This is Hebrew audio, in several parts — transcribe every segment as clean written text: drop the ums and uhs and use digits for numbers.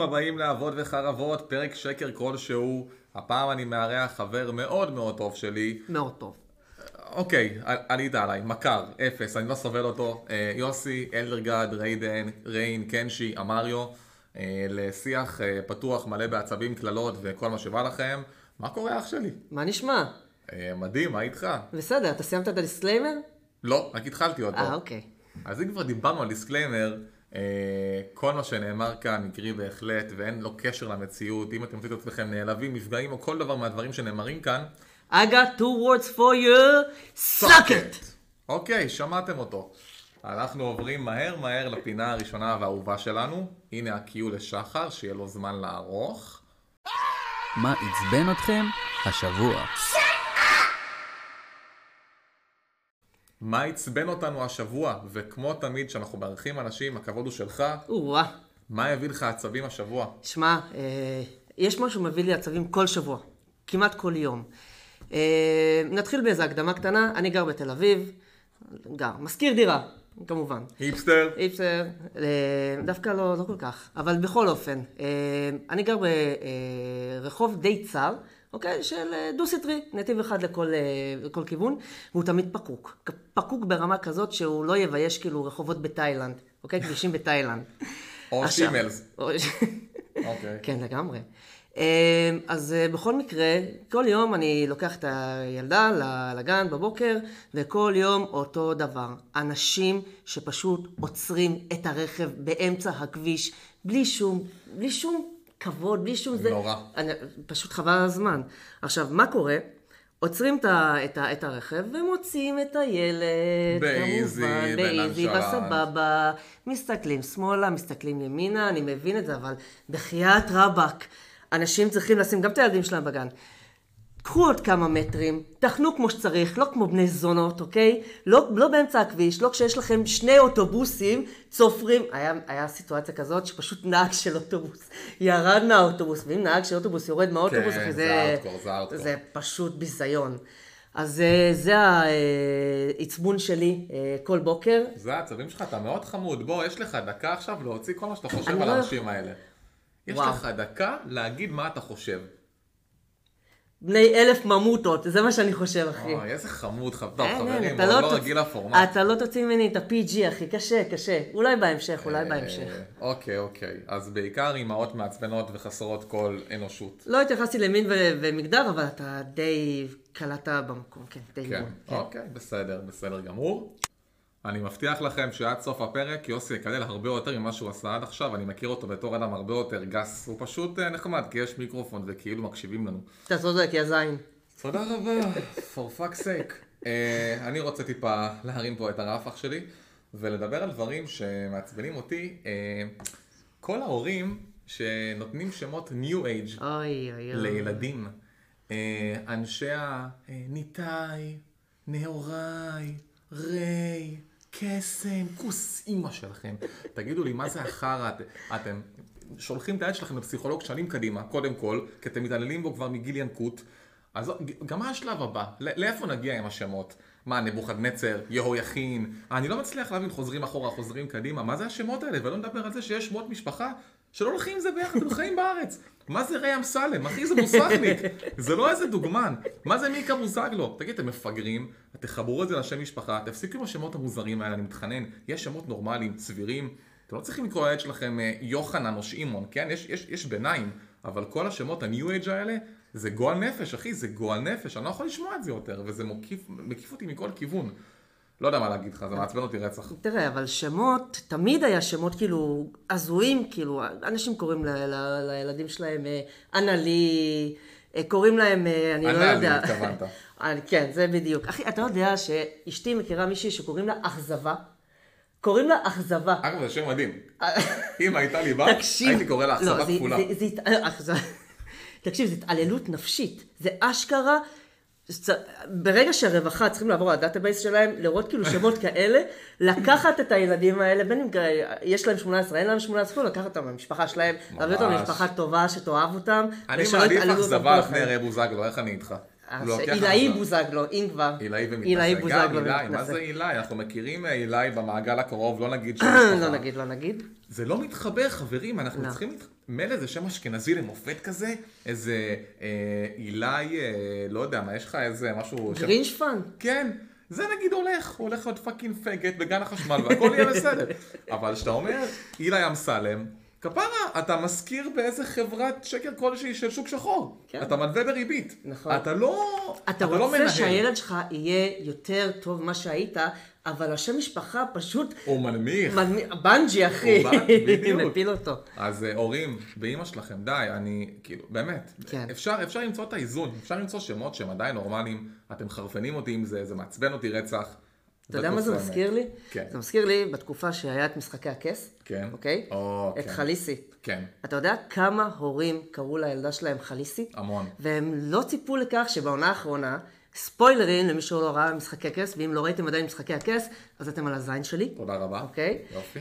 ברוכים הבאים לעבוד וחרבות, פרק שקר כלשהו. הפעם אני מארח חבר מאוד מאוד טוב שלי. מאוד טוב. אוקיי, עלית עליי, מכר, אפס, אני לא סובל אותו. יוסי, אלדרגד, ריידן, ריין, קנשי, אמריו, לשיח פתוח, מלא בעצבים, כללות וכל מה שבא לכם. מה קורה אח שלי? מה נשמע? מדהים, מה איתך? בסדר, אתה סיימת את הדיסקליימר? לא, רק התחלתי אותו. אוקיי. אז אם כבר דיברנו על דיסקליימר, כל מה שנאמר כאן מקרי בהחלט ואין לו קשר למציאות. אם אתם מוצאים את עצמכם נעלבים, נפגעים או כל דבר מהדברים שנאמרים כאן, I got two words for you, suck it! אוקיי, שמעתם אותו. אנחנו עוברים מהר לפינה הראשונה והאהובה שלנו. הנה הקיו לשחר, שיהיה לו זמן לערוך. מה עצבן אתכם השבוע? מה עצבן אותנו השבוע? וכמו תמיד שאנחנו מארחים אנשים, הכבוד הוא שלך. מה הביא לך עצבים השבוע? שמע, יש משהו מביא לי עצבים כל שבוע, כמעט כל יום. נתחיל באיזו הקדמה קטנה. אני גר בתל אביב, מזכיר דירה, כמובן. היפסטר? היפסטר, דווקא לא כל כך, אבל בכל אופן. אני גר ברחוב די צר, אוקיי? של דו-סטרי, נתיב אחד לכל כיוון, והוא תמיד פקוק. פקוק ברמה כזאת שהוא לא יבייש כאילו רחובות בתאילנד, אוקיי? כבישים בתאילנד. או שימלס. אוקיי. כן, לגמרי. אז בכל מקרה, כל יום אני לוקח את הילדה לגן בבוקר, וכל יום אותו דבר. אנשים שפשוט עוצרים את הרכב באמצע הכביש, בלי שום כבוד, בלי שום זה. נורא. פשוט חבל הזמן. עכשיו, מה קורה? עוצרים את הרכב ומוצאים את הילד, באיזי, בסבבה, מסתכלים שמאלה, מסתכלים ימינה, אני מבין את זה, אבל בחיית רבק, אנשים צריכים לשים גם את הילדים שלהם בגן. קחו עוד כמה מטרים, תחנו כמו שצריך, לא כמו בני זונות, אוקיי? לא באמצע הכביש, לא כשיש לכם שני אוטובוסים צופרים. היה סיטואציה כזאת שפשוט נהג של אוטובוס ירד מהאוטובוס, ואם נהג של אוטובוס יורד מהאוטובוס, כן, זה פשוט ביזיון. אז זה העצבון שלי כל בוקר. זה העצבים שלך, אתה מאוד חמוד. בוא, יש לך דקה עכשיו להוציא כל מה שאתה חושב על האנשים האלה. יש לך דקה להגיד מה אתה חושב. בני 1000 ממוטות, זה מה שאני חושב, אחי. איזה חמוד, טוב, חברים, לא רגיל לפורמט. אתה לא תוציא ממני את ה-PG, אחי, קשה. אולי בהמשך. אוקיי. אז בעיקר אימהות מעצבנות וחסרות כל אנושות. לא התייחסתי למין ומגדר, אבל אתה די קלעת במקום, כן, די כן, אוקיי, בסדר גמור. אני מבטיח לכם שעד סוף הפרק יוסי יקלל הרבה יותר ממה שהוא עשה עד עכשיו. אני מכיר אותו בתור אדם הרבה יותר גס. הוא פשוט נחמד, כי יש מיקרופון וכאילו מקשיבים לנו. אתה צודק, יא זין. תודה רבה, for fuck's sake. אני רוצה טיפה להרים פה את הרעפח שלי, ולדבר על דברים שמעצבנים אותי. כל ההורים שנותנים שמות New Age לילדים. אנשי ניטאי, נהוראי, ריי, קסם, כוס אימא שלכם. תגידו לי, מה זה החרא? אתם שולחים את הילד שלכם לפסיכולוג שנים קדימה, קודם כל, כי אתם מתעללים בו כבר מגיל ינקות. אז גם מה השלב הבא? לאיפה נגיע עם השמות? מה, נבוכדנצר, יהויכין? אני לא מצליח להבין, חוזרים אחורה, חוזרים קדימה. מה זה השמות האלה? ולא נדבר על זה שיש שמות משפחה שלא הולכים עם זה ביחד, אתם חיים בארץ. מה זה ריי אמסלם? אחי, זה מוסכניק. זה לא איזה דוגמן. מה זה מיקה בוזגלו? תגיד, אתם מפגרים, תחברו את זה לשם משפחה, תפסיקו עם השמות המוזרים האלה, אני מתחנן. יש שמות נורמליים, סבירים. אתם לא צריכים לקרוא לילד שלכם יוחנן או שמעון, כן? יש ביניים. אבל כל השמות ה-New Age האלה, זה גועל נפש, אחי, זה גועל נפש. אני לא יכול לשמוע את זה יותר, וזה מקיף אותי מכל כיוון. לא יודע מה להגיד לך, זה מעצבן אותי רצח. תראה, אבל שמות, תמיד היה שמות כאילו הזויים, כאילו, אנשים קוראים לילדים שלהם אנלי, קוראים להם, אני לא יודע. אנלי, התכוונת. כן, זה בדיוק. אחי, אתה יודע שאשתי מכירה מישהי שקוראים לה אכזבה? קוראים לה אכזבה. אגב, זה שם מדהים. אם הייתה לי בת, הייתי קורא לה אכזבה כפולה. תקשיב, זה התעללות נפשית. זה אשכרה. ברגע שהרווחה צריכים לעבור על הדאטאבייס שלהם, לראות כאילו שמות כאלה, לקחת את הילדים האלה, בין אם יש להם 18, אין להם 18, לקחת אותם מהמשפחה שלהם, להביא אותם למשפחה טובה שתאהב אותם. אני מעדיף אכזבה לפני ריי בוזגלו, איך אני איתך? עילאי בוזגלו, אם כבר. עילאי ומתנשא. עילאי, מה זה עילאי? אנחנו מכירים עילאי במעגל הקרוב, לא נגיד שם משפחה. לא נגיד. זה לא מתחבר, חברים, אנחנו צריכים... מילא זה שם אשכנזי למופת כזה, איזה עילאי, לא יודע מה, יש לך איזה משהו... גרינשפן? כן. זה נגיד הולך עוד פאקינג פגט בגן החשמל והכל יהיה בסדר. אבל שאתה אומר, עילאי אמסלם, כפרה, אתה מזכיר באיזה חברת שקר כלשהי של שוק שחור. כן. אתה מלווה בריבית. נכון. אתה לא מנהל. אתה רוצה שהילד שלך יהיה יותר טוב ממה שהיית, אבל השם משפחה פשוט... הוא מנמיך. בנג'י, אחי. בדיוק. מפיל אותו. אז הורים, באמא שלכם, די, אני, כאילו, באמת. כן. אפשר למצוא את האיזון. אפשר למצוא שמות שהם עדיין נורמליים. אתם חרפנים אותי עם זה, זה מעצבן אותי רצח. אתה יודע מה זה מזכיר לי? כן. זה מזכיר לי בתקופה שהיה את משחקי הכס. כן. אוקיי? את חליסי. כן. אתה יודע כמה הורים קראו לילדה שלהם חליסי? המון. והם לא ציפו לכך שבעונה האחרונה, ספוילרים למי שלא ראה משחקי הכס, ואם לא ראיתם עדיין משחקי הכס, אז אתם על הזין שלי. תודה רבה. אוקיי? יופי.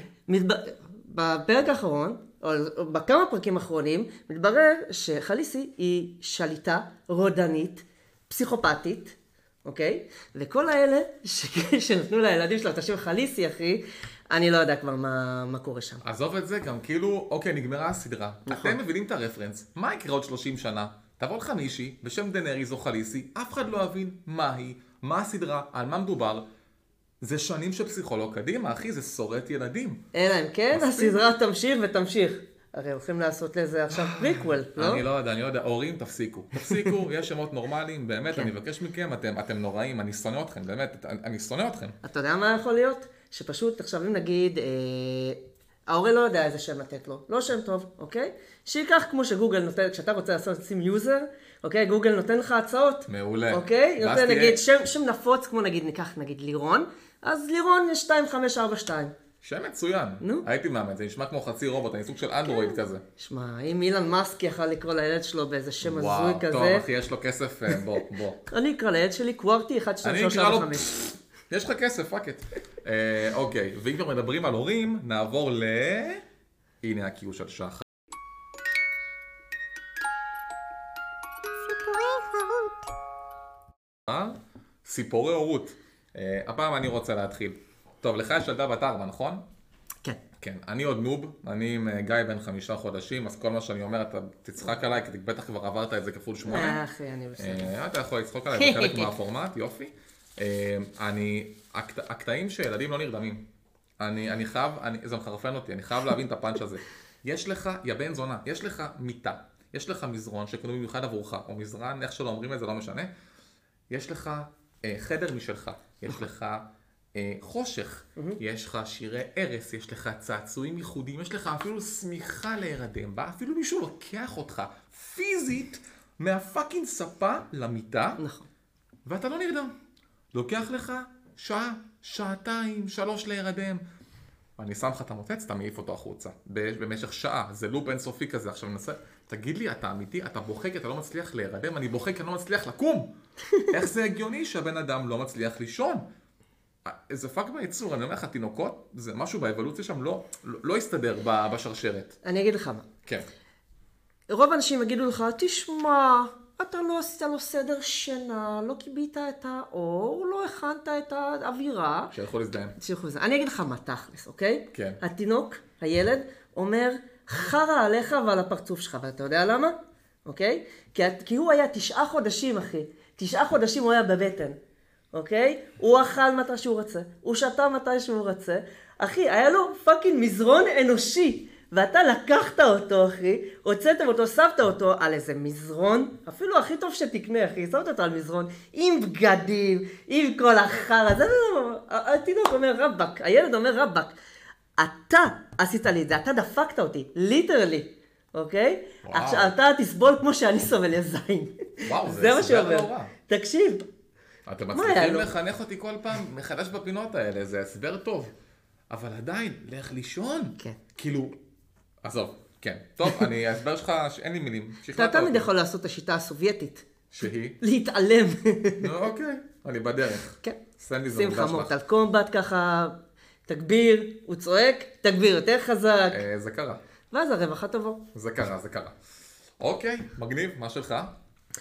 בפרק האחרון, או בכמה פרקים האחרונים, מתברר שחליסי היא שליטה, רודנית, פסיכופתית, אוקיי? וכל האלה שנתנו לילדים שלה, תשאיר חליסי, אחי, אני לא יודע כבר מה קורה שם. עזוב את זה, גם כאילו, אוקיי, נגמרה הסדרה. נכון. אתם מבינים את הרפרנס. מה יקרה עוד 30 שנה? תבוא לך מישהי בשם דנריס או חליסי, אף אחד לא יבין מה היא, מה הסדרה, על מה מדובר. זה שנים של פסיכולוג קדימה, אחי, זה שורת ילדים. אלא אם כן, הסדרה תמשיך ותמשיך. הרי הולכים לעשות לזה עכשיו פריקוול, לא? אני לא יודע, הורים, תפסיקו, יש שמות נורמליים, באמת, אני מבקש מכם, אתם נוראים, אני שונא אתכם, באמת, אני שונא אתכם. אתה יודע מה יכול להיות? שפשוט, עכשיו אם נגיד, ההורה לא יודע איזה שם לתת לו, לא שם טוב, אוקיי? שיקח כמו שגוגל נותן, כשאתה רוצה לשים יוזר, אוקיי? גוגל נותן לך הצעות. מעולה. אוקיי? נותן נגיד שם נפוץ, כמו ניקח נגיד לירון, אז לירון יש 2542. שם מצוין. הייתי מאמן, זה נשמע כמו חצי רובוט, אני סוג של אנדרואיד כזה. שמע, אם אילן מאסק יכל לקרוא לילד שלו באיזה שם הזוי כזה... וואו, טוב, אחי, יש לו כסף, בוא. אני אקרא לילד שלי קוורטי 1, 2, 3, 4, 5. יש לך כסף, פאקט. אוקיי, ואם כבר מדברים על הורים, נעבור ל... הנה הקיוש של שחר. סיפורי הורות. הפעם אני רוצה להתחיל. טוב, לך יש ילדה בת 4, נכון? כן. כן, אני עוד נוב, אני עם גיא בן 5 חודשים, אז כל מה שאני אומר, אתה תצחק עליי, כי בטח כבר עברת את זה כפול 8. אחי, אני בסדר. אתה יכול לצחוק עליי, זה חלק מהפורמט, יופי. הקטעים שילדים לא נרדמים. אני חייב, זה מחרפן אותי, אני חייב להבין את הפאנץ' הזה. יש לך, יא בן זונה, יש לך מיטה, יש לך מזרון שקנו במיוחד עבורך, או מזרן, איך שלא אומרים את זה, לא משנה. יש לך חדר משלך, יש לך חושך, יש לך שירי ערס, יש לך צעצועים ייחודיים, יש לך אפילו סמיכה להירדם בה, אפילו מישהו לוקח אותך פיזית מהפאקינג ספה למיטה, נכון. ואתה לא נרדם. לוקח לך שעה, שעתיים, 3 להירדם. ואני שם לך את המוצץ, אתה מעיף אותו החוצה. במשך שעה, זה לופ אינסופי כזה. עכשיו ננסה, תגיד לי, אתה אמיתי, אתה בוחק, אתה לא מצליח להירדם, אני בוחק, אני לא מצליח לקום. איך זה הגיוני שהבן אדם לא מצליח לישון? זה פאק ביצור, אני אומר לך, תינוקות, זה משהו באבולוציה שם לא יסתדר בשרשרת. אני אגיד לך מה. כן. רוב האנשים יגידו לך, תשמע, אתה לא עשית לו סדר שינה, לא קיבית את האור, לא הכנת את האווירה. שילכו להזדהם. אני אגיד לך מה תכלס, אוקיי? כן. התינוק, הילד, אומר, חרה עליך ועל הפרצוף שלך, ואתה יודע למה? אוקיי? כי הוא היה 9 חודשים, אחי. 9 חודשים הוא היה בבטן. אוקיי? הוא אכל מתי שהוא רצה, הוא שתה מתי שהוא רצה. אחי, היה לו פאקינג מזרון אנושי, ואתה לקחת אותו, אחי, הוצאתם אותו, שמת אותו על איזה מזרון, אפילו הכי טוב שתקנה, אחי, שמת אותו על מזרון, עם בגדים, עם כל החרא, זה התינוק אומר רבק, הילד אומר רבק, אתה עשית לי את זה, אתה דפקת אותי, ליטרלי, אוקיי? עכשיו, אתה תסבול כמו שאני סובל לזין. וואו, זה סבל לא רע. תקשיב. אתם מצליחים לחנך אותי כל פעם מחדש בפינות האלה, זה הסבר טוב. אבל עדיין, לך לישון. כן. כאילו, עזוב, כן. טוב, אני אסבר שלך, אין לי מילים. אתה תמיד יכול לעשות את השיטה הסובייטית. שהיא? להתעלם. אוקיי, אני בדרך. כן. שים לך מורטל קומבט ככה, תגביר, הוא צועק, תגביר יותר חזק. זה קרה. ואז הרווחה תבוא. זה קרה. אוקיי, מגניב, מה שלך?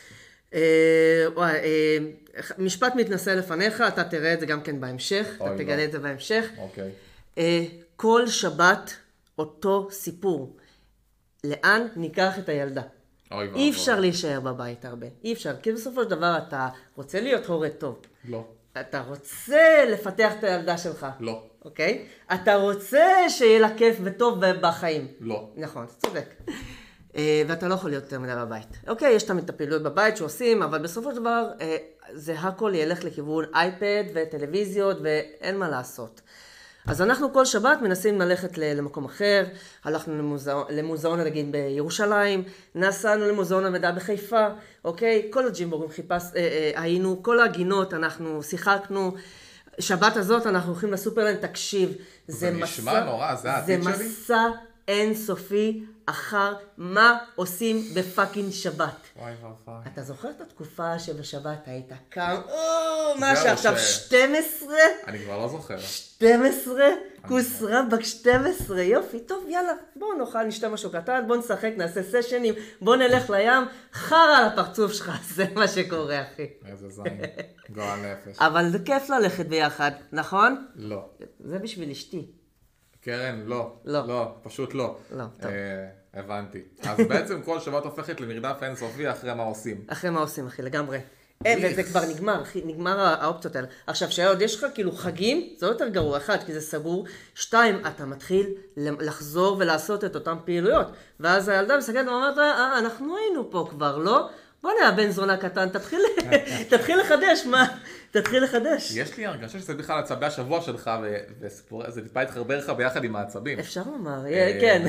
משפט מתנשא לפניך, אתה תראה את זה גם כן בהמשך, אתה תגלה את זה בהמשך. אוקיי. כל שבת אותו סיפור. לאן ניקח את הילדה? אי אפשר להישאר בבית הרבה, אי אפשר, כי בסופו של דבר אתה רוצה להיות הורה טוב. לא. אתה רוצה לפתח את הילדה שלך. לא. אוקיי? אתה רוצה שיהיה לה כיף וטוב בחיים. לא. נכון, אתה צודק. ואתה לא יכול להיות יותר מדי בבית. אוקיי, יש תמיד את הפעילויות בבית שעושים, אבל בסופו של דבר זה הכל ילך לכיוון אייפד וטלוויזיות ואין מה לעשות. אז אנחנו כל שבת מנסים ללכת למקום אחר, הלכנו למוזיאון נגיד בירושלים, נסענו למוזיאון המדע בחיפה, אוקיי? כל הג'ימבורים היינו, כל הגינות אנחנו שיחקנו, שבת הזאת אנחנו הולכים לסופרלנד, תקשיב, זה נשמע נורא, זה העתיד שלי? זה מסע אינסופי אחר מה עושים בפאקינג שבת. וואי וואי. אתה זוכר את התקופה שבשבת היית קם, מה שעכשיו 12? אני כבר לא זוכר. 12? כוס רבק 12, יופי, טוב יאללה, בואו נאכל, נשתה משהו קטן, בואו נשחק, נעשה סשנים, בואו נלך לים, חרא על הפרצוף שלך, זה מה שקורה אחי. איזה זין, גועל נפש. אבל זה כיף ללכת ביחד, נכון? לא. זה בשביל אשתי. קרן, לא. לא. לא, פשוט לא. לא, טוב. הבנתי. אז בעצם כל שבת הופכת למרדף אינסופי אחרי מה עושים. אחרי מה עושים, אחי, לגמרי. וזה כבר נגמר, אחי, נגמר האופציות האלה. עכשיו, שעוד יש לך כאילו חגים, זה יותר גרוע, אחד, כי זה סגור, שתיים, אתה מתחיל לחזור ולעשות את אותן פעילויות. ואז הילדה מסתכלת ואומרת, אנחנו היינו פה כבר, לא? בוא נהיה בן זונה קטן, תתחיל לחדש, מה? תתחיל לחדש. יש לי הרגשה שזה בכלל עצבי השבוע שלך, וזה טיפה התחרבר לך ביחד עם העצבים. אפשר לומר, כן.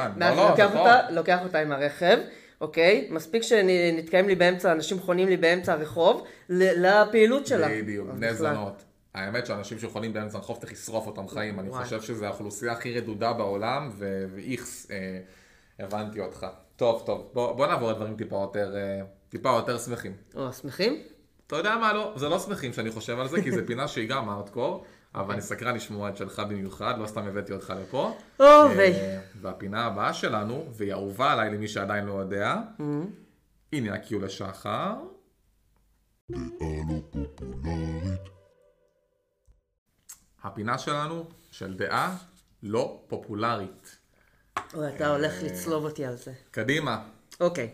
לוקח אותה עם הרכב, אוקיי? מספיק שנתקיים לי באמצע, אנשים חונים לי באמצע הרחוב, לפעילות שלה. בדיוק, בני זונות. האמת שאנשים שחונים באמצע הרחוב צריך לשרוף אותם חיים, אני חושב שזו האוכלוסייה הכי רדודה בעולם, ואיכס, הבנתי אותך. טוב, בוא נעבור לדברים טיפה יותר שמחים. שמחים? אתה יודע מה, לא, זה לא שמחים שאני חושב על זה, כי זה פינה שהיא גם הארדקור, אבל אני סקרן לשמוע את שלך במיוחד, לא סתם הבאתי אותך לפה. והפינה הבאה שלנו, והיא אהובה עליי למי שעדיין לא יודע, הנה הקיו לשחר. דעה לא פופולרית. הפינה שלנו של דעה לא פופולרית. אתה הולך לצלוב אותי על זה. קדימה. אוקיי.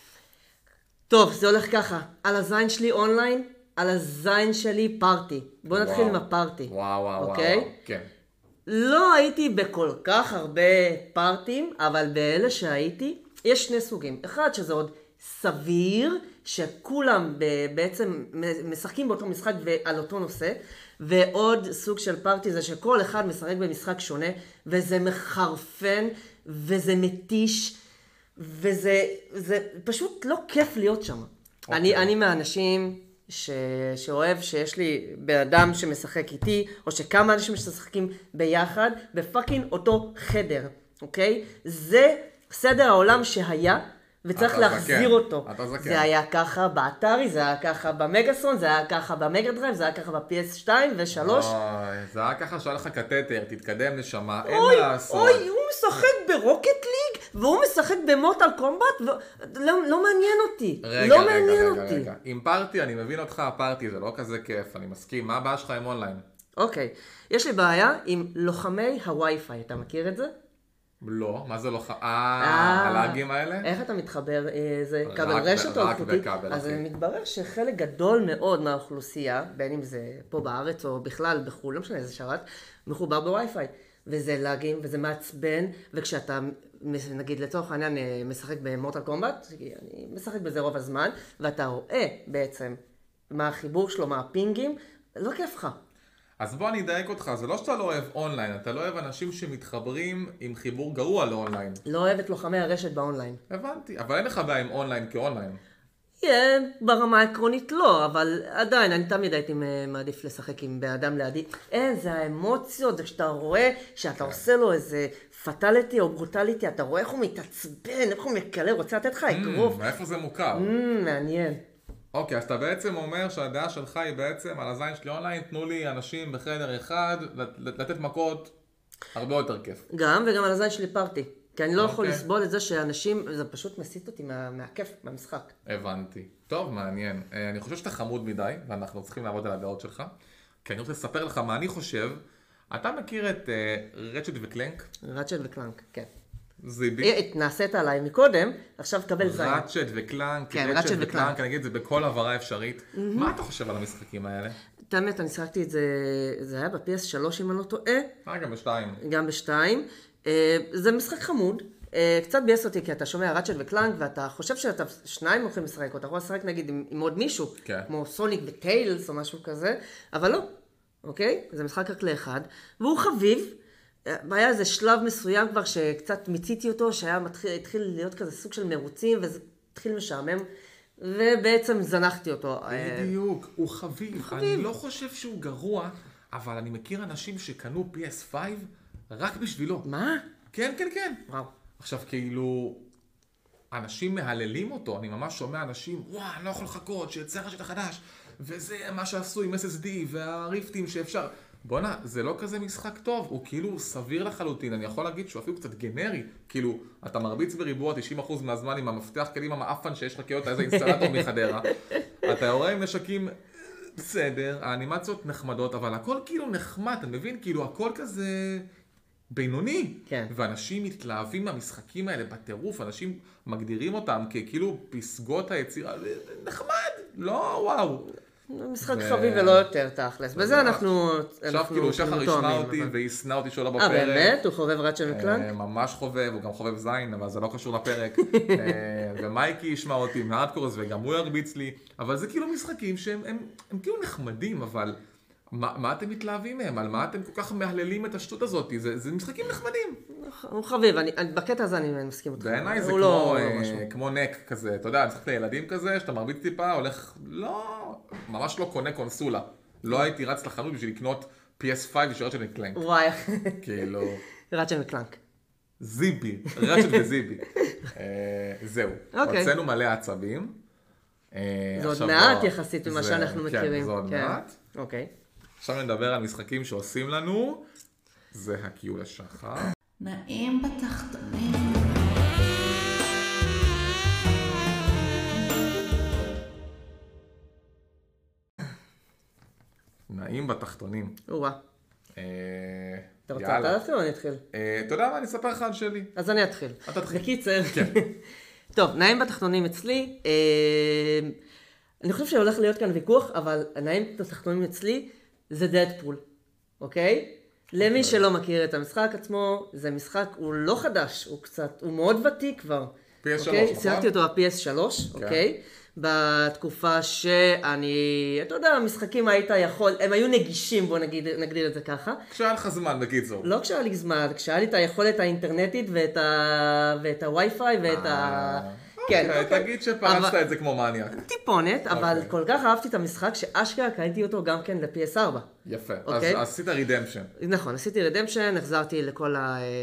טוב, זה הולך ככה. על הזין שלי אונליין, על הזין שלי פארטי. בוא נתחיל עם הפארטי. וואו, כן. לא הייתי בכל כך הרבה פארטים, אבל באלה שהייתי, יש שני סוגים. אחד שזה עוד סביר, שכולם בעצם משחקים באותו משחק ועל אותו נושא, ועוד סוג של פארטי זה שכל אחד משחק במשחק שונה, וזה מחרפן, וזה מתיש, וזה פשוט לא כיף להיות שם. אני מהאנשים שאוהב שיש לי באדם שמשחק איתי, או שכמה אנשים שמשחקים ביחד, בפאקינג אותו חדר, אוקיי? זה סדר העולם שהיה, וצריך להחזיר אותו. זה היה ככה באתרי, זה היה ככה במגאסון, זה היה ככה במגה-דרייב, זה היה ככה ב-PS2 ו-3. זה היה ככה שהיה לך קטטר, תתקדם לשמה, אין מה לעשות. אוי, הוא משחק ברוקט ליג, והוא משחק במוטל קומבט, לא מעניין אותי. רגע. עם פארטי, אני מבין אותך, הפארטי זה לא כזה כיף, אני מסכים. מה הבעיה שלך עם אונליין? אוקיי, יש לי בעיה עם לוחמי הווי-פיי, אתה מכיר את זה? לא, מה זה לא הלאגים האלה? איך אתה מתחבר? זה כבל רשת או אלחוטי? אז מתברר שחלק גדול מאוד מהאוכלוסייה, בין אם זה פה בארץ או בכלל בחו"ל, לא משנה איזה שרת, מחובר בווי-פיי. וזה לאגים וזה מעצבן, וכשאתה, נגיד לצורך העניין, משחק במורטל קומבט, אני משחק בזה רוב הזמן, ואתה רואה בעצם מה החיבור שלו, מה הפינגים, לא כיף לך. אז בוא אני אדייק אותך, זה לא שאתה לא אוהב אונליין, אתה לא אוהב אנשים שמתחברים עם חיבור גרוע לאונליין. לא אוהב את לוחמי הרשת באונליין. הבנתי, אבל אין לך בעיה עם אונליין כאונליין. ברמה העקרונית לא, אבל עדיין אני תמיד הייתי מעדיף לשחק עם באדם לידי. זה האמוציות, זה כשאתה רואה שאתה עושה לו איזה פטליטי או ברוטליטי, אתה רואה איך הוא מתעצבן, איך הוא מקלל, רוצה לתת לך אגרוף. מאיפה זה מוכר? מעניין. אוקיי, אז אתה בעצם אומר שהדעה שלך היא בעצם על הזין שלי אונליין, תנו לי אנשים בחדר אחד, לתת מכות הרבה יותר כיף. גם וגם על הזין שלי פארטי. כי אני לא יכול לסבול את זה שאנשים, זה פשוט מסית אותי מהכיף, מהמשחק. הבנתי. טוב, מעניין. אני חושב שאתה חמוד מדי, ואנחנו צריכים לעבוד על הדעות שלך, כי אני רוצה לספר לך מה אני חושב. אתה מכיר את רצ'ט וקלנק? רצ'ט וקלנק, כן. זיבי. נעשית עליי מקודם, עכשיו תקבל זין. רצ'ט וקלנק, כן, רצ'ט וקלנק. אני אגיד את זה בכל הברה אפשרית. מה אתה חושב על המשחקים האלה? האמת, אני שחקתי את זה, זה היה ב-PS3 אם אני לא טועה. גם בשתיים. גם בשתיים. זה משחק חמוד. קצת ביאס אותי, כי אתה שומע רצ'ט וקלנק, ואתה חושב שאתה שניים הולכים לשחק, או אתה יכול לשחק נגיד עם עוד מישהו, כמו סוניק וטיילס או משהו כזה, אבל לא, אוקיי? זה משחק רק לאחד, והוא חביב. היה איזה שלב מסוים כבר שקצת מיציתי אותו, התחיל להיות כזה סוג של מרוצים, וזה התחיל משעמם, ובעצם זנחתי אותו. בדיוק, הוא חביב. אני לא חושב שהוא גרוע, אבל אני מכיר אנשים שקנו PS5 רק בשבילו. מה? כן, כן, כן. וואו. עכשיו, כאילו, אנשים מהללים אותו, אני ממש שומע אנשים, וואו, אני לא יכול לחכות, שיצא רשת החדש, וזה מה שעשו עם SSD, והריפטים שאפשר. בוא'נה, זה לא כזה משחק טוב, הוא כאילו סביר לחלוטין, אני יכול להגיד שהוא אפילו קצת גנרי, כאילו, אתה מרביץ בריבוע 90% מהזמן עם המפתח כלים המאפן שיש לך כאילו איזה אינסטלטור מחדרה, אתה יורה עם נשקים בסדר, האנימציות נחמדות, אבל הכל כאילו נחמד, אתה מבין? כאילו, הכל כזה בינוני, כן. ואנשים מתלהבים מהמשחקים האלה בטירוף, אנשים מגדירים אותם ככאילו פסגות היצירה, נחמד, לא וואו. משחק חביב ולא יותר תכלס, בזה אנחנו עכשיו כאילו שחר ישמע אותי ויסנה אותי שולה בפרק. באמת? הוא חובב רצ'ט וקלנק? ממש חובב, הוא גם חובב זין, אבל זה לא קשור לפרק. ומייקי ישמע אותי מהארדקורס וגם הוא ירביץ לי, אבל זה כאילו משחקים שהם כאילו נחמדים, אבל מה אתם מתלהבים מהם? על מה אתם כל כך מהללים את השטות הזאת? זה משחקים נחמדים. הוא חביב, בקטע הזה אני מסכים אותך. בעיניי זה כמו נק כזה, אתה יודע, אני משחק לילדים כזה, שאתה מרביץ טיפה, הולך, לא, ממש לא קונה קונסולה. לא הייתי רץ לחנות בשביל לקנות PS5 ושל רצ'ט וקלנק. וואי. כאילו... רצ'ט וקלנק. זיבי, רצ'ט וזיבי. זהו. הוצאנו מלא עצבים. זה עוד מעט יחסית ממה שאנחנו מכירים. כן, זה עוד מעט. אוקיי. עכשיו נדבר על משחקים שעושים לנו, זה הקיו לשחר. נעים בתחתונים. נעים בתחתונים. וואה. אתה רוצה אתה להתחיל או אני אתחיל? אתה יודע מה, אני אספר לך על שלי. אז אני אתחיל. אתה תתחיל. בקיצר. טוב, נעים בתחתונים אצלי. אני חושב שהולך להיות כאן ויכוח, אבל נעים בתחתונים אצלי זה דדפול, אוקיי? למי שלא מכיר את המשחק עצמו, זה משחק, הוא לא חדש, הוא מאוד ותיק כבר. PS3, נכון? שיחקתי אותו ב-PS3, אוקיי? בתקופה שאני, אתה יודע, המשחקים היית יכול, הם היו נגישים, בוא נגדיר את זה ככה. כשהיה לך זמן, בקיצור. לא כשהיה לי זמן, כשהיה לי את היכולת האינטרנטית ואת הווי-פיי ואת ה... כן, תגיד שפרצת את זה כמו מניאק. טיפונת, אבל כל כך אהבתי את המשחק שאשכרה קניתי אותו גם כן ל-PS4. יפה, אז עשית רידמפשן. נכון, עשיתי רידמפשן, החזרתי לכל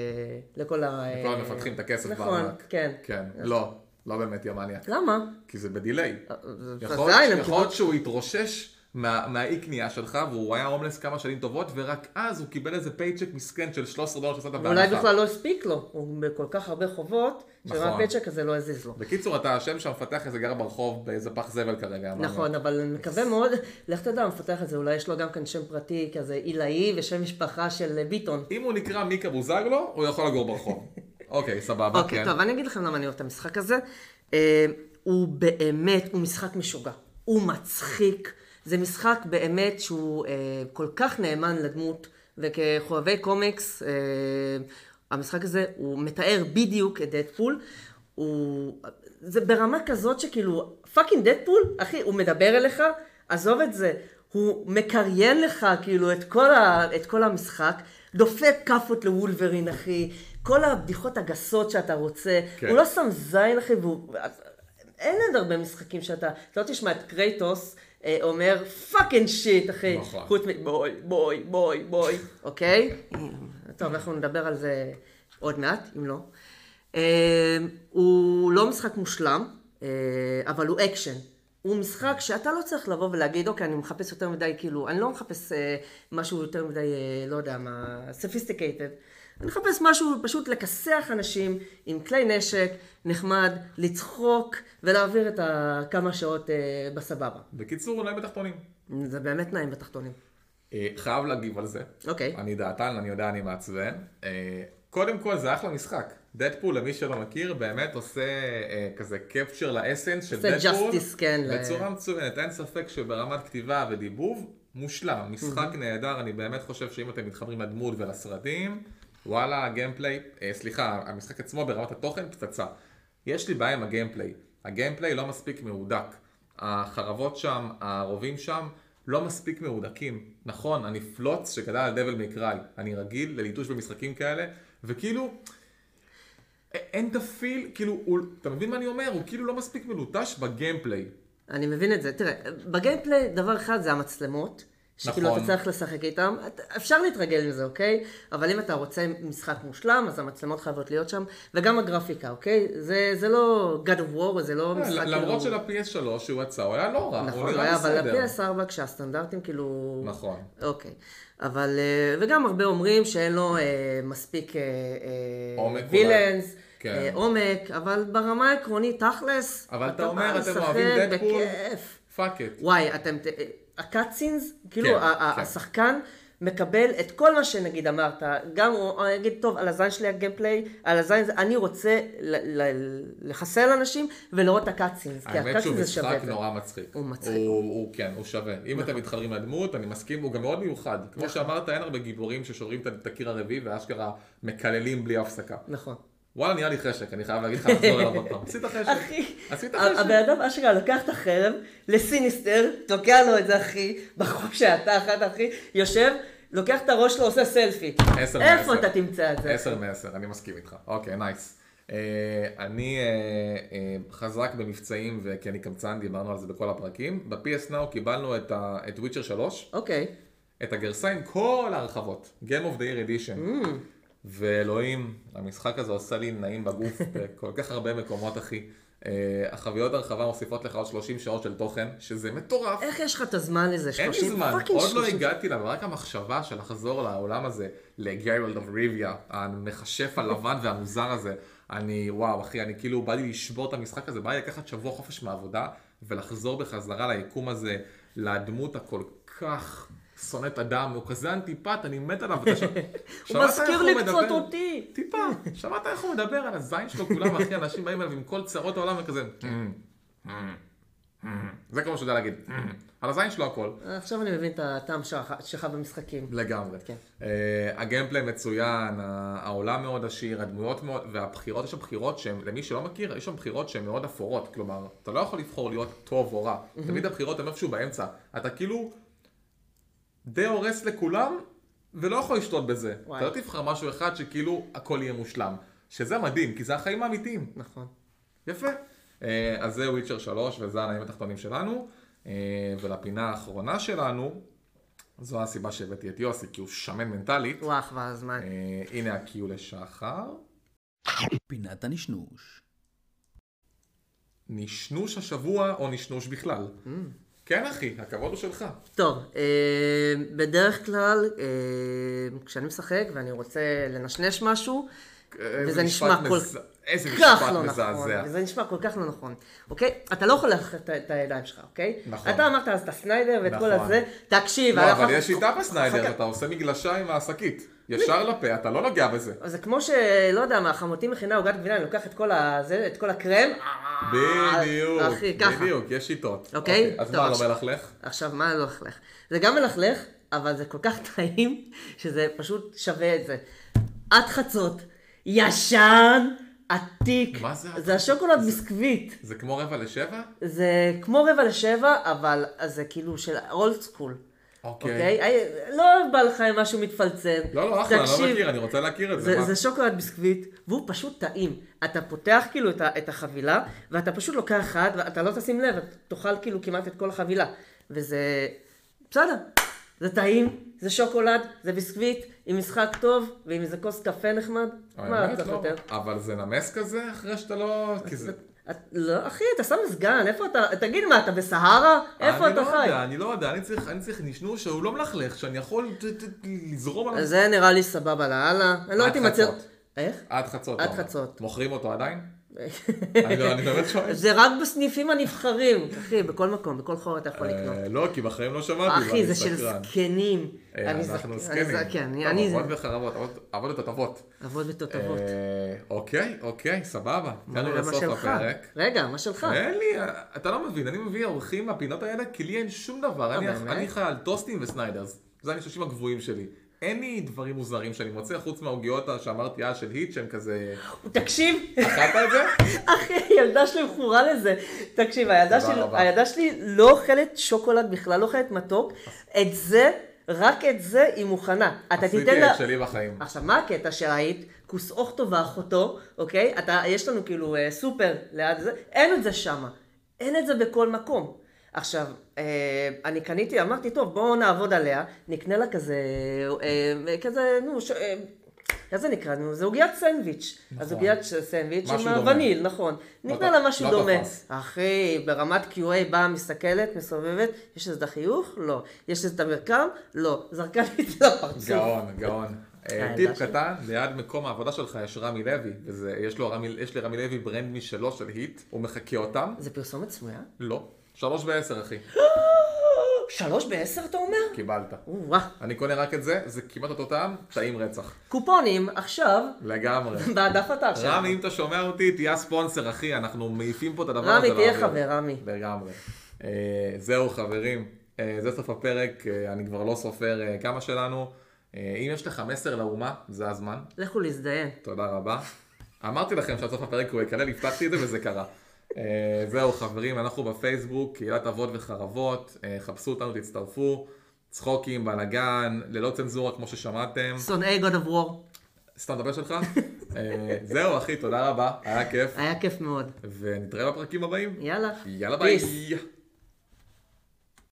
המפתחים את הכסף בארנק. נכון, כן. כן, לא באמת יא מניאק. למה? כי זה בדיליי. יכול להיות שהוא התרושש מהאי קנייה שלך, והוא היה הומלס כמה שנים טובות, ורק אז הוא קיבל איזה פייצ'ק מסכן של $13 שעשת בהנחה. אולי בכלל לא הספיק לו, הוא בכל כך הרבה חובות, שרק פייצ'ק הזה לא הזיז לו. בקיצור, אתה השם שהמפתח איזה גר ברחוב באיזה פח זבל כרגע. נכון, אבל אני מקווה מאוד, לך תדע, המפתח הזה, אולי יש לו גם כאן שם פרטי כזה עילאי ושם משפחה של ביטון. אם הוא נקרא מיקה בוזגלו, הוא יכול לגור ברחוב. אוקיי, סבבה, כן. אוקיי, טוב, אני אגיד לכם למה אני אוהב את המשחק הזה. הוא באמת, הוא משחק משוגע. הוא מצחיק. זה משחק באמת שהוא כל כך נאמן לדמות, וכחובבי קומיקס, המשחק הזה הוא מתאר בדיוק את דדפול. זה ברמה כזאת שכאילו, פאקינג דדפול, אחי, הוא מדבר אליך, עזוב את זה, הוא מקריין לך כאילו את כל המשחק, דופק כפות לוולברין, אחי, כל הבדיחות הגסות שאתה רוצה, כן. הוא לא שם זין, אחי, אין עוד הרבה משחקים שאתה לא תשמע את קרייטוס, אומר פאקינג שיט, אחי, חוץ בוי, אוקיי? טוב, אנחנו נדבר על זה עוד מעט, אם לא. הוא לא משחק מושלם, אבל הוא אקשן. הוא משחק שאתה לא צריך לבוא ולהגיד, אוקיי, אני מחפש יותר מדי, כאילו, אני לא מחפש משהו יותר מדי, לא יודע מה, sophisticated. אני מחפש משהו פשוט לכסח אנשים עם כלי נשק, נחמד, לצחוק ולהעביר את כמה שעות בסבבה. בקיצור, נעים בתחתונים. זה באמת נעים בתחתונים. חייב להגיב על זה. אוקיי. אני דעתן, אני יודע, אני מעצבן. קודם כל, זה אחלה משחק. דדפול, למי שלא מכיר, באמת עושה כזה קפצ'ר לאסנס של דדפול. זה ג'סטיס, כן. בצורה מצוינת, אין ספק שברמת כתיבה ודיבוב, מושלם. משחק נהדר, אני באמת חושב שאם אתם מתחברים לדמות ולסרטים, וואלה, הגיימפליי, סליחה, המשחק עצמו ברמת התוכן פצצה. יש לי בעיה עם הגיימפליי. הגיימפליי לא מספיק מהודק. החרבות שם, הרובים שם, לא מספיק מהודקים. נכון, אני פלוץ שגדל על דבל מקראי. אני רגיל לליטוש במשחקים כאלה, וכאילו, אין תפיל, כאילו, אתה מבין מה אני אומר? הוא כאילו לא מספיק מלוטש בגיימפליי. אני מבין את זה. תראה, בגיימפליי דבר אחד זה המצלמות, שכאילו נכון. אתה צריך לשחק איתם. אפשר להתרגל עם זה, אוקיי? אבל אם אתה רוצה משחק מושלם, אז המצלמות חייבות להיות שם, וגם הגרפיקה, אוקיי? זה לא God of War, זה לא משחק כאילו... למרות של ה-PS3 שהוא יצא, הוא היה לא רע, נכון, הוא נראה בסדר. אבל ה-PS4 כשהסטנדרטים כאילו... נכון. אוקיי. אבל, וגם הרבה אומרים שאין לו מספיק וילאנס, עומק, אבל ברמה העקרונית, תכלס, אבל אתה אומר, אתם אוהבים דדפול, פאק את. וואי, הקאטסינס, כאילו השחקן מקבל את כל מה שנגיד אמרת, גם הוא יגיד, טוב, על הזין שלי הגיימפליי, על הזין הזה, אני רוצה לחסל אנשים ולראות את הקאטסינס, כי הקאטסינס זה שווה. האמת שהוא משחק נורא מצחיק. הוא מצחיק. כן, הוא שווה. אם אתם מתחברים לדמות, אני מסכים, הוא גם מאוד מיוחד. כמו שאמרת, אין הרבה גיבורים ששוברים את הקיר הרביעי ואשכרה מקללים בלי הפסקה. נכון. וואלה, נהיה לי חשק, אני חייב להגיד לך לחזור אליו עוד פעם. עשית חשק. אחי, הבן אדם אשכרה לוקח את החרב לסיניסטר, תוקע לו את זה אחי, בחור שאתה אחת אחי, יושב, לוקח את הראש שלו, עושה סלפי. 10 מ-10. איפה אתה תמצא את זה? 10 מ-10, אני מסכים איתך. אוקיי, נייס. אני חזק במבצעים, וכי אני קמצן, דיברנו על זה בכל הפרקים. ב-PS Now קיבלנו את וויצ'ר 3. אוקיי. את הגרסה עם כל ההרחבות. Game of the Year Edition. ואלוהים, המשחק הזה עושה לי נעים בגוף בכל כך הרבה מקומות, אחי. החביות הרחבה מוסיפות לך עוד 30 שעות של תוכן, שזה מטורף. איך יש לך את הזמן לזה? אין לי זמן, עוד לא הגעתי לה, רק המחשבה של לחזור לעולם הזה, לגרלד אוף ריביה, המכשף הלבן והמוזר הזה. וואו אחי, אני כאילו בא לי לשבור את המשחק הזה, בא לי לקחת שבוע חופש מהעבודה, ולחזור בחזרה ליקום הזה, לדמות הכל כך... שונאת אדם, הוא כזה אנטיפט, אני מת עליו. הוא מזכיר לי קצת אותי. טיפה, שמעת איך הוא מדבר על הזין שלו, כולם אחי, אנשים באים אליו עם כל צרות העולם וכזה. זה כמו שיודע להגיד. על הזין שלו הכל. עכשיו אני מבין את הטעם שלך במשחקים. לגמרי. הגיימפליי מצוין, העולם מאוד עשיר, הדמויות מאוד, והבחירות, יש שם בחירות שהן, למי שלא מכיר, יש שם בחירות שהן מאוד אפורות. כלומר, אתה לא יכול לבחור להיות טוב או רע. תמיד הבחירות הן איפשהו באמצע. אתה כאילו די הורס לכולם, ולא יכול לשתות בזה. אתה לא תבחר משהו אחד שכאילו הכל יהיה מושלם. שזה מדהים, כי זה החיים האמיתיים. נכון. יפה. אז זה וויצ'ר 3, וזה הנעים התחתונים שלנו. ולפינה האחרונה שלנו, זו הסיבה שהבאתי את יוסי, כי הוא שמן מנטלית. וואו, כבר הזמן. הנה הקיו לשחר. פינת הנשנוש. נשנוש השבוע או נשנוש בכלל? כן אחי, הכבוד הוא שלך. טוב, בדרך כלל, כשאני משחק ואני רוצה לנשנש משהו, וזה נשמע כל כך לא נכון, וזה נשמע כל כך לא נכון, אוקיי? אתה לא יכול לקחת את הידיים שלך, אוקיי? נכון. אתה אמרת אז את הסניידר ואת כל הזה, תקשיב. לא, אבל יש שיטה בסניידר, אתה עושה מגלשה עם השקית. ישר לפה, אתה לא נוגע בזה. זה כמו שלא יודע מה, חמותי מכינה עוגת גבינה, אני לוקח את כל הקרם. בדיוק, יש שיטות. אוקיי? אז מה לא מלכלך? עכשיו, מה לא מלכלך? זה גם מלכלך, אבל זה כל כך טעים, שזה פשוט שווה את זה. עד חצות, ישן, עתיק. מה זה? זה השוקולד ביסקוויט. זה כמו 6:45? זה כמו 6:45, אבל זה כאילו של אולד סקול. אוקיי. לא בא לך עם משהו מתפלצן. לא, אחלה, אני לא מכיר, אני רוצה להכיר את זה. זה שוקולד ביסקוויט, והוא פשוט טעים. אתה פותח כאילו את החבילה, ואתה פשוט לוקח אחד, ואתה לא תשים לב, אתה תאכל כאילו כמעט את כל החבילה. וזה... בסדר. זה טעים, זה שוקולד, זה ביסקוויט, עם משחק טוב, ועם איזה כוס קפה נחמד. מה אתה יותר? אבל זה נמס כזה אחרי שאתה לא... לא, אחי, אתה שם סגן, איפה אתה, תגיד מה, אתה בסהרה? איפה אתה חי? אני לא יודע, אני צריך נשנוש שהוא לא מלכלך, שאני יכול לזרום עליו. זה נראה לי סבבה לאללה. אני לא הייתי מצליח... איך? עד חצות. עד חצות. מוכרים אותו עדיין? אני באמת שואל. זה רק בסניפים הנבחרים, אחי, בכל מקום, בכל חור אתה יכול לקנות. לא, כי בחיים לא שמעתי. אחי, זה של זקנים. אנחנו זקנים. עבוד וחרבות, עבוד ותותבות. עבוד ותותבות. אוקיי, סבבה. הגענו לסוף הפרק. רגע, מה שלך? אין לי, אתה לא מבין, אני מביא אורחים מהפינות האלה, כי לי אין שום דבר. אני חי על טוסטים וסניידרס. זה הנששים הגבוהים שלי. אין לי דברים מוזרים שאני מוצא חוץ מהעוגיות שאמרתי של היט שהם כזה... תקשיב! אכלת את זה? אחי, הילדה שלי מכורה לזה. תקשיב, הילדה שלי לא אוכלת שוקולד בכלל, לא אוכלת מתוק. את זה, רק את זה היא מוכנה. עשיתי את שלי בחיים. עכשיו, מה הקטע שהיית? כוס אוכטו ואחותו, אוקיי? יש לנו כאילו סופר ליד זה, אין את זה שמה. אין את זה בכל מקום. עכשיו, אני קניתי, אמרתי, טוב, בואו נעבוד עליה, נקנה לה כזה, איך זה נקרא? זה עוגיית סנדוויץ'. אז עוגיית סנדוויץ' עם הווניל, נכון. נקנה לה משהו דומה. אחי, ברמת QA באה, מסתכלת, מסובבת, יש לזה את החיוך? לא. יש לזה את המרקם? לא. זרקה לי את זה לפרצוף. גאון. טיפ קטן, ליד מקום העבודה שלך יש רמי לוי, יש לרמי לוי ברנד משלו של היט, הוא מחכה אותם. זה פרסומת סמויה? לא. 3 ב-10, אחי. 3 ב-10 אתה אומר? קיבלת. אני קונה רק את זה, זה כמעט אותו טעם, טעים רצח. קופונים, עכשיו. לגמרי. בעדף אתה עכשיו. רמי, אם אתה שומע אותי, תהיה ספונסר, אחי, אנחנו מעיפים פה את הדבר הזה. רמי, תהיה חבר, רמי. לגמרי. זהו, חברים. זה סוף הפרק, אני כבר לא סופר כמה שלנו. אם יש לך מסר לאומה, זה הזמן. לכו להזדיין. תודה רבה. אמרתי לכם שעד סוף הפרק הוא יקלל, הבטחתי את זה וזה קרה. זהו חברים, אנחנו בפייסבוק, קהילת אבות וחרבות, חפשו אותנו, תצטרפו, צחוקים, בלגן, ללא צנזורה כמו ששמעתם. שונאי God of War. סתם דבר שלך. זהו אחי, תודה רבה, היה כיף. היה כיף מאוד. ונתראה בפרקים הבאים. יאללה. יאללה ביי.